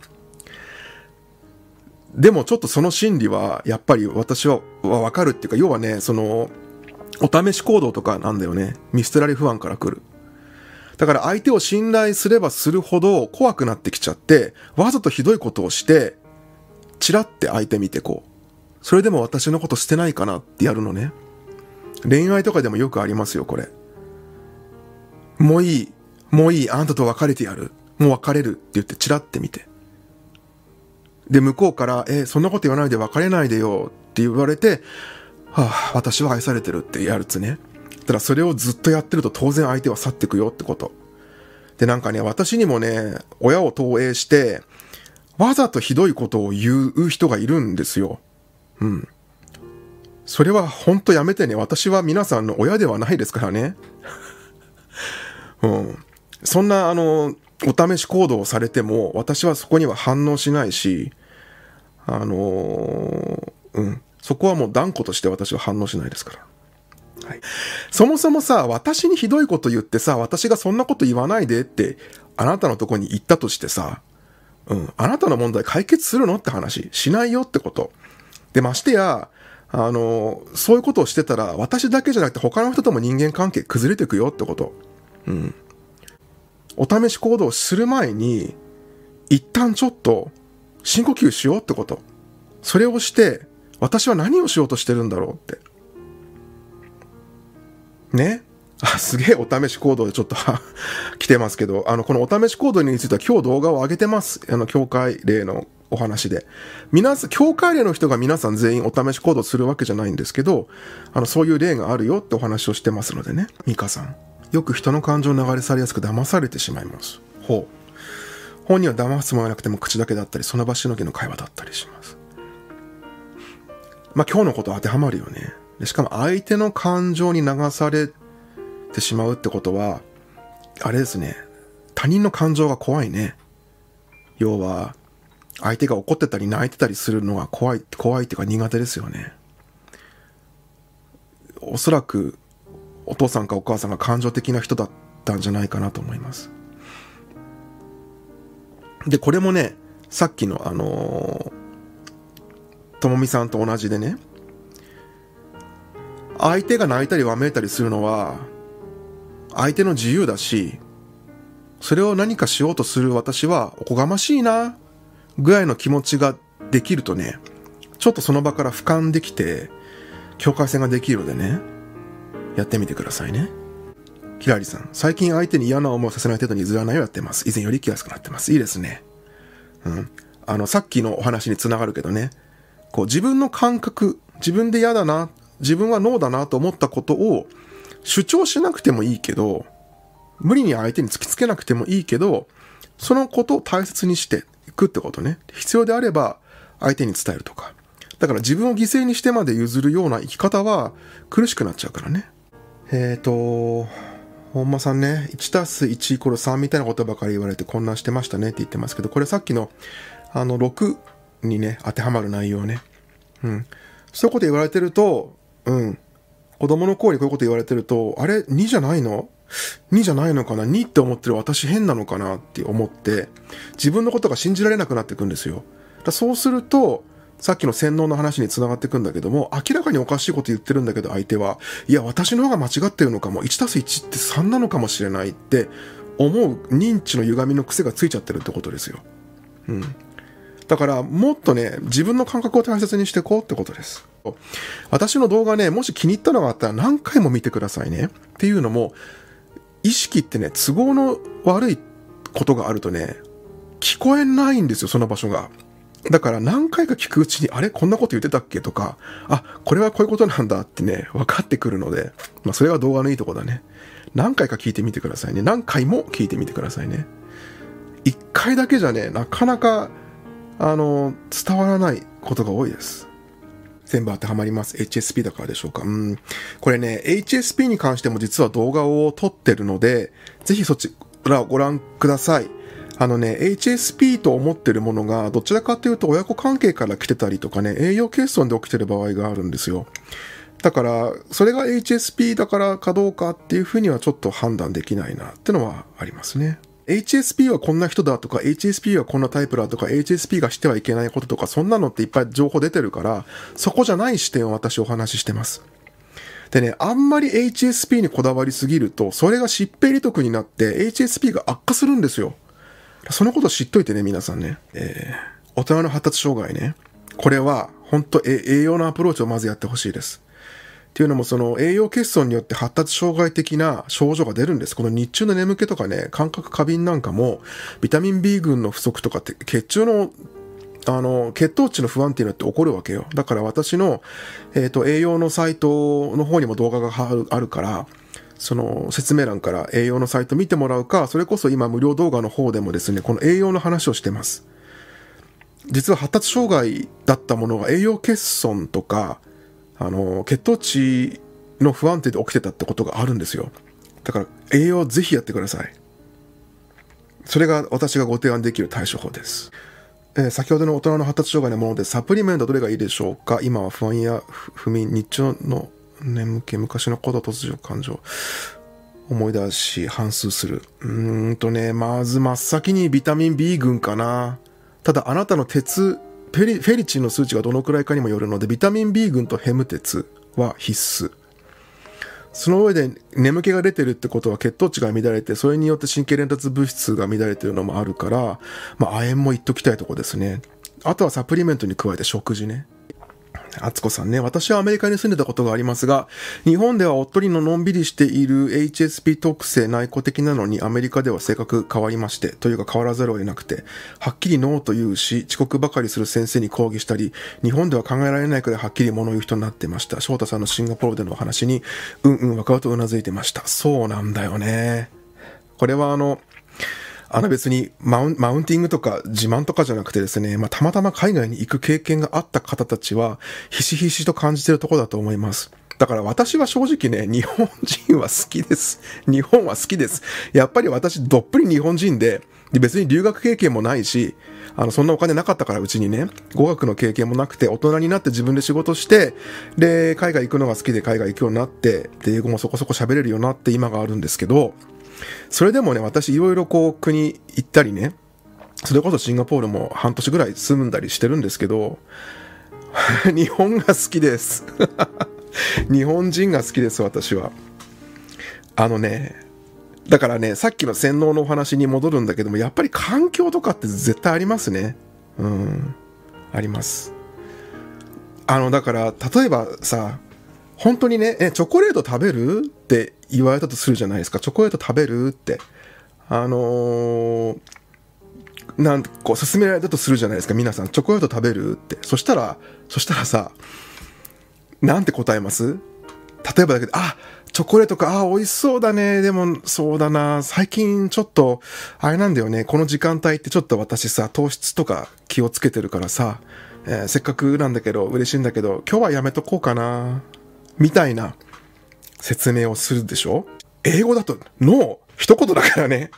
でもちょっとその心理はやっぱり私はわかるっていうか、要はね、そのお試し行動とかなんだよね。見捨てられ不安から来る。だから相手を信頼すればするほど怖くなってきちゃって、わざとひどいことをして、チラって相手見てこう、それでも私のこと捨てないかなってやるのね。恋愛とかでもよくありますよ、これ。もういい、もういい、あんたと別れてやる。もう別れるって言ってチラって見て。で、向こうから、え、そんなこと言わないで別れないでよって言われて、はあ、私は愛されてるってやるつね。ただそれをずっとやってると当然相手は去ってくよってこと。で、なんかね、私にもね、親を投影して、わざとひどいことを言う人がいるんですよ。うん。それは本当やめてね。私は皆さんの親ではないですからね。うん。そんな、あの、お試し行動をされても、私はそこには反応しないし、 あのー、うん。そこはもう断固として私は反応しないですから。はい。そもそもさ、私にひどいこと言ってさ、私がそんなこと言わないでって、あなたのとこに言ったとしてさ、うん。あなたの問題解決するのって話。しないよってこと。で、ましてや、あのー、そういうことをしてたら、私だけじゃなくて他の人とも人間関係崩れていくよってこと。うん。お試し行動をする前に、一旦ちょっと深呼吸しようってこと。それをして、私は何をしようとしてるんだろうって。ね。あ、すげえお試し行動でちょっと来てますけど、あの、このお試し行動については今日動画を上げてます。あの、教会例のお話で。皆さん、教会例の人が皆さん全員お試し行動するわけじゃないんですけど、あの、そういう例があるよってお話をしてますのでね。ミカさん。よく人の感情流れ去りやすく騙されてしまいます。ほう。本人は騙すものなくても口だけだったり、その場しのぎの会話だったりします。まあ今日のこと当てはまるよね。でしかも相手の感情に流されてしまうってことは、あれですね。他人の感情が怖いね。要は、相手が怒ってたり泣いてたりするのが怖い、怖いっていうか苦手ですよね。おそらく、お父さんかお母さんが感情的な人だったんじゃないかなと思います。で、これもね、さっきのあのー、ともみさんと同じでね、相手が泣いたりわめいたりするのは相手の自由だし、それを何かしようとする私はおこがましいなぐらいの気持ちができるとね、ちょっとその場から俯瞰できて境界線ができるのでね、やってみてくださいね。ひらりさん、最近相手に嫌な思いをさせない程度に譲らないをやってます。以前より来やすくなってます。いいですね。うん。あの、さっきのお話につながるけどね、こう自分の感覚、自分で嫌だな、自分はノーだなと思ったことを主張しなくてもいいけど、無理に相手に突きつけなくてもいいけど、そのことを大切にしていくってことね。必要であれば相手に伝えるとか。だから自分を犠牲にしてまで譲るような生き方は苦しくなっちゃうからね。えーと、本間さんね、いちたすいちイコールさんみたいなことばかり言われて混乱してましたねって言ってますけど、これさっきのあのろくにね、当てはまる内容ね。うん。そういうこと言われてると、うん。子供の頃にこういうこと言われてると、あれ に じゃないの ?に じゃないのかな ?に って思ってる私変なのかなって思って、自分のことが信じられなくなっていくんですよ。だそうすると、さっきの洗脳の話に繋がっていくんだけども、明らかにおかしいこと言ってるんだけど相手は、いや私の方が間違ってるのかも、いちたすいちってさんなのかもしれないって思う認知の歪みの癖がついちゃってるってことですよ。うん。だからもっとね、自分の感覚を大切にしていこうってことです。私の動画ね、もし気に入ったのがあったら何回も見てくださいね。っていうのも、意識ってね、都合の悪いことがあるとね、聞こえないんですよ、その場所が。だから何回か聞くうちに、あれこんなこと言ってたっけとか、あ、これはこういうことなんだってね、分かってくるので、まあそれが動画のいいとこだね。何回か聞いてみてくださいね。何回も聞いてみてくださいね。一回だけじゃね、なかなか、あの、伝わらないことが多いです。全部当てはまります。エイチエスピー だからでしょうか。うん。これね、エイチエスピー に関しても実は動画を撮ってるので、ぜひそちらをご覧ください。あのね、エイチエスピー と思ってるものが、どちらかというと親子関係から来てたりとかね、栄養欠損で起きてる場合があるんですよ。だから、それが エイチエスピー だからかどうかっていうふうにはちょっと判断できないなってのはありますね。エイチエスピー はこんな人だとか、エイチエスピー はこんなタイプだとか、エイチエスピー がしてはいけないこととか、そんなのっていっぱい情報出てるから、そこじゃない視点を私お話ししてます。でね、あんまり エイチエスピー にこだわりすぎると、それが疾病利得になって、エイチエスピー が悪化するんですよ。そのこと知っといてね、皆さんね。えー、大人の発達障害ね。これは、本当栄養のアプローチをまずやってほしいです。っていうのもその栄養欠損によって発達障害的な症状が出るんです。この日中の眠気とかね、感覚過敏なんかもビタミン B 群の不足とかって血中のあの血糖値の不安定によって起こるわけよ。だから私の、えーと、栄養のサイトの方にも動画があるから、その説明欄から栄養のサイト見てもらうか、それこそ今無料動画の方でもですね、この栄養の話をしてます。実は発達障害だったものが栄養欠損とかあの血糖値の不安定で起きてたってことがあるんですよ。だから栄養をぜひやってください。それが私がご提案できる対処法です。 えー、先ほどの大人の発達障害のものでサプリメントどれがいいでしょうか。今は不安や不眠、日中の眠気、昔のこと突如感情思い出し反芻する。うーんとねまず真っ先にビタミン B 群かな。ただあなたの鉄フェリ、フェリチンの数値がどのくらいかにもよるので、ビタミン B 群とヘム鉄は必須。その上で眠気が出てるってことは血糖値が乱れて、それによって神経伝達物質が乱れてるのもあるから、まあ亜鉛も言っときたいとこですね。あとはサプリメントに加えて食事ね。あつこさんね、私はアメリカに住んでたことがありますが、日本ではおっとりののんびりしている エイチエスピー 特性内向的なのに、アメリカでは性格変わりまして、というか変わらざるを得なくて、はっきりノーと言うし、遅刻ばかりする先生に抗議したり、日本では考えられないくらいはっきり物を言う人になってました。翔太さんのシンガポールでのお話に、うんうん分かるとうなずいてました。そうなんだよね。これはあの、あの別にマウン、マウンティングとか自慢とかじゃなくてですね、まあ、たまたま海外に行く経験があった方たちは、ひしひしと感じているところだと思います。だから私は正直ね、日本人は好きです。日本は好きです。やっぱり私どっぷり日本人で、で別に留学経験もないし、あの、そんなお金なかったからうちにね、語学の経験もなくて、大人になって自分で仕事して、で、海外行くのが好きで海外行くようになって、で、英語もそこそこ喋れるようになって今があるんですけど、それでもね、私いろいろこう国行ったりね、それこそシンガポールも半年ぐらい住んだりしてるんですけど、日本が好きです。日本人が好きです、私は。あのね、だからね、さっきの洗脳のお話に戻るんだけども、やっぱり環境とかって絶対ありますね。うん、あります。あの、だから、例えばさ、本当にね、え、チョコレート食べるって言われたとするじゃないですか。チョコレート食べるって。あのー、なんこう、勧められたとするじゃないですか。皆さん、チョコレート食べるって。そしたら、そしたらさ、なんて答えます？例えばだけど、あ、チョコレートか、あ、美味しそうだね。でも、そうだな。最近ちょっと、あれなんだよね。この時間帯ってちょっと私さ、糖質とか気をつけてるからさ、えー、せっかくなんだけど、嬉しいんだけど、今日はやめとこうかな。みたいな説明をするでしょ。英語だとノー一言だからね。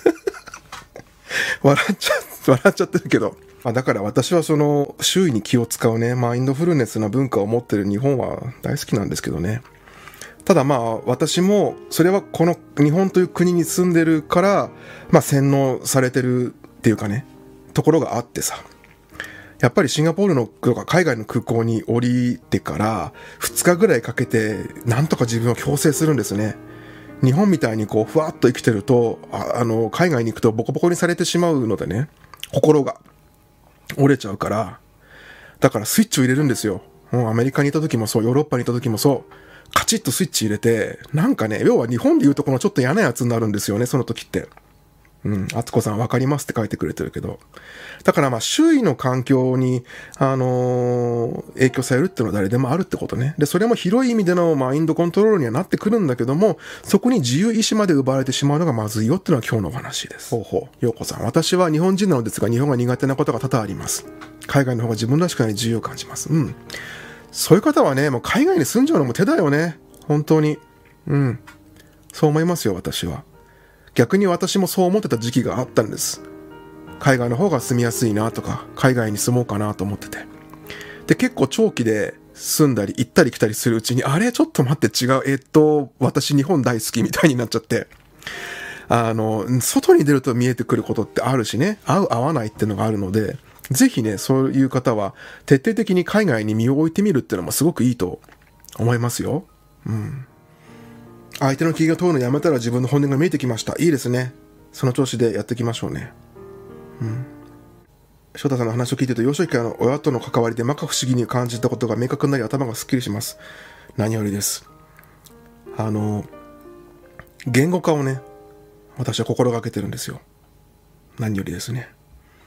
笑っちゃ笑っちゃってるけど、まあ、だから私はその周囲に気を使うね、マインドフルネスな文化を持ってる日本は大好きなんですけどね。ただまあ私もそれはこの日本という国に住んでるからまあ洗脳されてるっていうかね、ところがあってさ。やっぱりシンガポールのとか海外の空港に降りてからふつかぐらいかけてなんとか自分を矯正するんですね。日本みたいにこうふわっと生きてると あ, あの海外に行くとボコボコにされてしまうのでね、心が折れちゃうから、だからスイッチを入れるんですよ。もうアメリカにいた時もそう、ヨーロッパにいた時もそう、カチッとスイッチ入れて、なんかね、要は日本でいうとこのちょっと嫌なやつになるんですよね、その時って。うん、あつこさんわかりますって書いてくれてるけど。だからまあ周囲の環境に、あのー、影響されるっていうのは誰でもあるってことね。で、それも広い意味でのマインドコントロールにはなってくるんだけども、そこに自由意志まで奪われてしまうのがまずいよっていうのが今日のお話です。ほうほう。ようこさん、私は日本人なのですが、日本が苦手なことが多々あります。海外の方が自分らしくない自由を感じます。うん。そういう方はね、もう海外に住んじゃうのも手だよね。本当に。うん。そう思いますよ、私は。逆に私もそう思ってた時期があったんです。海外の方が住みやすいなとか、海外に住もうかなと思ってて。で、結構長期で住んだり行ったり来たりするうちに、あれちょっと待って違う、えっと、私日本大好きみたいになっちゃって、あの、外に出ると見えてくることってあるしね、合う合わないっていうのがあるので、ぜひね、そういう方は徹底的に海外に身を置いてみるっていうのもすごくいいと思いますよ。うん。相手の気が通るのやめたら自分の本音が見えてきました。いいですね。その調子でやっていきましょうね。うん。翔太さんの話を聞いてると、幼少期からの親との関わりで摩訶不思議に感じたことが明確になり頭がすっきりします。何よりです。あの、言語化をね、私は心がけてるんですよ。何よりですね。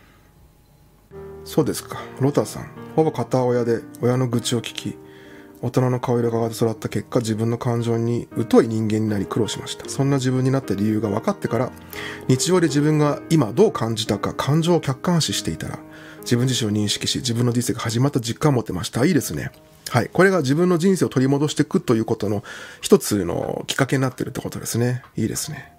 そうですか。ロタさん。ほぼ片親で親の愚痴を聞き、大人の顔色がで育った結果、自分の感情に疎い人間になり苦労しました。そんな自分になった理由が分かってから、日常で自分が今どう感じたか感情を客観視していたら、自分自身を認識し、自分の人生が始まった実感を持ってました。いいですね。はい。これが自分の人生を取り戻していくということの一つのきっかけになっているってことですね。いいですね。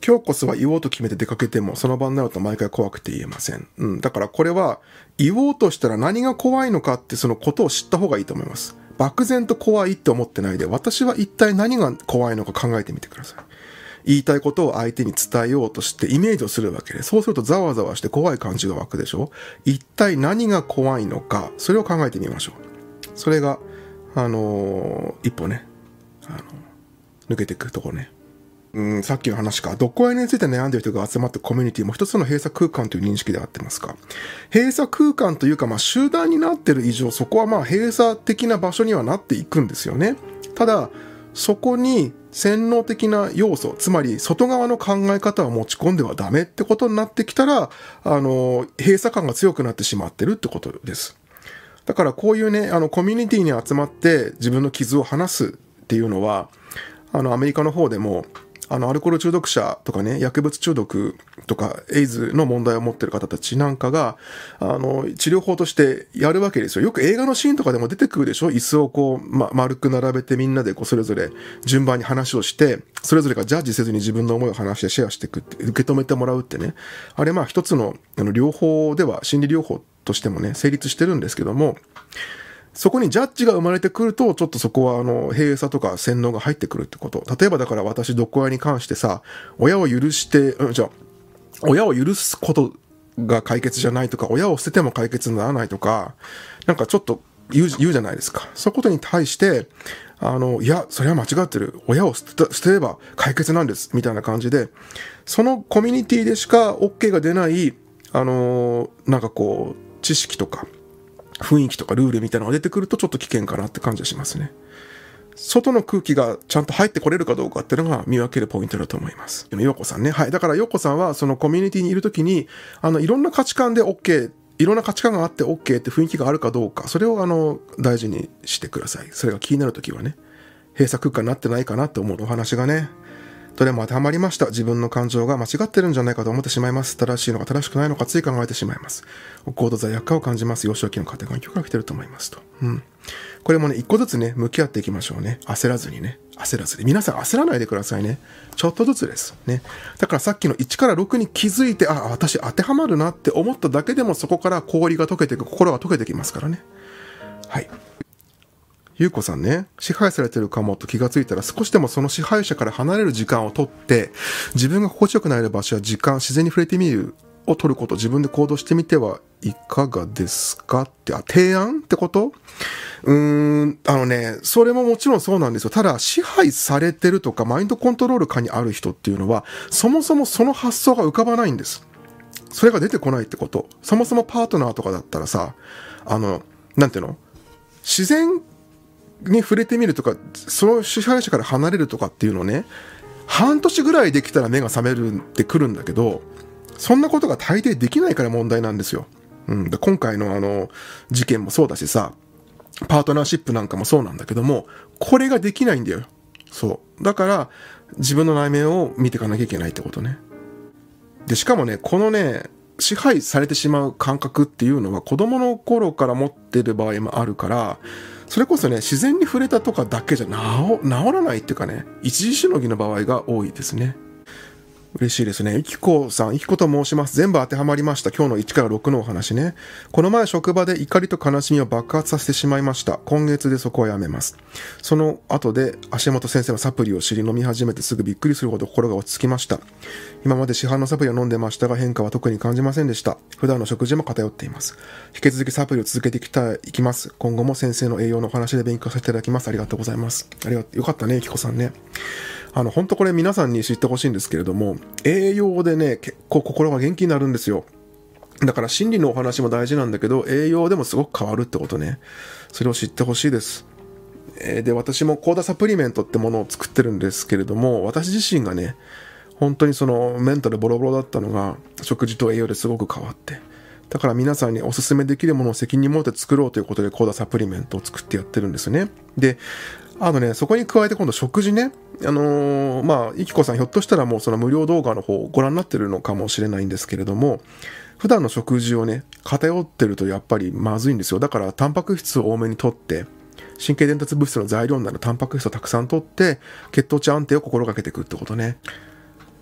今日こそは言おうと決めて出かけても、その場になると毎回怖くて言えません。うん。だからこれは、言おうとしたら何が怖いのかってそのことを知った方がいいと思います。漠然と怖いって思ってないで、私は一体何が怖いのか考えてみてください。言いたいことを相手に伝えようとしてイメージをするわけで、そうするとざわざわして怖い感じが湧くでしょ。一体何が怖いのか、それを考えてみましょう。それが、あのー、一歩ね、あのー、抜けていくところね。うん、さっきの話か。読解について悩んでいる人が集まったコミュニティも一つの閉鎖空間という認識で合ってますか？閉鎖空間というか、まあ集団になっている以上、そこはまあ閉鎖的な場所にはなっていくんですよね。ただ、そこに洗脳的な要素、つまり外側の考え方を持ち込んではダメってことになってきたら、あの、閉鎖感が強くなってしまってるってことです。だからこういうね、あの、コミュニティに集まって自分の傷を話すっていうのは、あの、アメリカの方でも、あの、アルコール中毒者とかね、薬物中毒とか、エイズの問題を持っている方たちなんかが、あの、治療法としてやるわけですよ。よく映画のシーンとかでも出てくるでしょ？椅子をこう、ま、丸く並べてみんなでこう、それぞれ順番に話をして、それぞれがジャッジせずに自分の思いを話してシェアしていくって、受け止めてもらうってね。あれまあ一つの、あの、療法では、心理療法としてもね、成立してるんですけども、そこにジャッジが生まれてくると、ちょっとそこはあの閉鎖とか洗脳が入ってくるってこと。例えばだから私、毒親に関してさ、親を許して、うん、じゃあ、親を許すことが解決じゃないとか、親を捨てても解決にならないとか、なんかちょっと言う、言うじゃないですか。そういうことに対して、あの、いや、それは間違ってる。親を捨て、捨てれば解決なんです。みたいな感じで、そのコミュニティでしか OK が出ない、あの、なんかこう、知識とか、雰囲気とかルールみたいなのが出てくるとちょっと危険かなって感じがしますね。外の空気がちゃんと入ってこれるかどうかっていうのが見分けるポイントだと思います。ヨコさんね。はい。だからヨコさんはそのコミュニティにいるときに、あの、いろんな価値観で OK、いろんな価値観があって OK って雰囲気があるかどうか、それをあの、大事にしてください。それが気になるときはね。閉鎖空間になってないかなって思うお話がね。どれも当てはまりました。自分の感情が間違ってるんじゃないかと思ってしまいます。正しいのか正しくないのかつい考えてしまいます。コード罪悪感を感じます。幼少期の家庭環境が来てると思いますと。うん。これもね、一個ずつね、向き合っていきましょうね。焦らずにね。焦らずに。皆さん焦らないでくださいね。ちょっとずつです。ね。だからさっきのいちからろくに気づいて、あ、私当てはまるなって思っただけでもそこから氷が溶けていく、心が溶けてきますからね。はい。ゆうこさんね、支配されてるかもと気がついたら少しでもその支配者から離れる時間をとって、自分が心地よくなれる場所や時間、自然に触れてみるを取ること、自分で行動してみてはいかがですかって、あ、提案ってこと？うーん、あのね、それももちろんそうなんですよ。ただ、支配されてるとか、マインドコントロール下にある人っていうのは、そもそもその発想が浮かばないんです。それが出てこないってこと。そもそもパートナーとかだったらさ、あの、なんていうの？自然に触れてみるとか、その支配者から離れるとかっていうのね、半年ぐらいできたら目が覚めるってくるんだけど、そんなことが大抵できないから問題なんですよ。うん、で今回のあの事件もそうだしさ、パートナーシップなんかもそうなんだけども、これができないんだよ。そう。だから自分の内面を見ていかなきゃいけないってことね。で、しかもね、このね、支配されてしまう感覚っていうのは子供の頃から持ってる場合もあるから、それこそね、自然に触れたとかだけじゃ治、治らないっていうかね、一時しのぎの場合が多いですね。嬉しいですね。いきこさん、いきこと申します。全部当てはまりました。今日のいちからろくのお話ね。この前職場で怒りと悲しみを爆発させてしまいました。今月でそこはやめます。その後で足元先生のサプリを知り飲み始めてすぐびっくりするほど心が落ち着きました。今まで市販のサプリを飲んでましたが変化は特に感じませんでした。普段の食事も偏っています。引き続きサプリを続けていきたい、いきます。今後も先生の栄養のお話で勉強させていただきます。ありがとうございます。ありがとう。よかったね、いきこさんね。あの、本当これ皆さんに知ってほしいんですけれども、栄養でね、結構心が元気になるんですよ。だから心理のお話も大事なんだけど、栄養でもすごく変わるってことね。それを知ってほしいです。えー、で、私もコーダサプリメントってものを作ってるんですけれども、私自身がね、本当にそのメンタルボロボロだったのが、食事と栄養ですごく変わって。だから皆さんにおすすめできるものを責任持って作ろうということでコーダサプリメントを作ってやってるんですね。で、あのね、そこに加えて今度食事ね。あのー、まあ、いきこさんひょっとしたらもうその無料動画の方をご覧になってるのかもしれないんですけれども、普段の食事をね、偏ってるとやっぱりまずいんですよ。だからタンパク質を多めにとって、神経伝達物質の材料になるタンパク質をたくさんとって、血糖値安定を心がけていくってことね。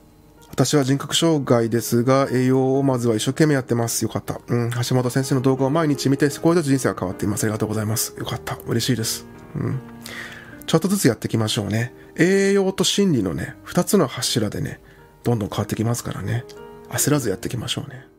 私は人格障害ですが、栄養をまずは一生懸命やってます。よかった。うん。橋本先生の動画を毎日見て、少しずつ人生が変わっています。ありがとうございます。よかった。嬉しいです。うん。ちょっとずつやっていきましょうね。栄養と心理のね、二つの柱でね、どんどん変わってきますからね。焦らずやっていきましょうね。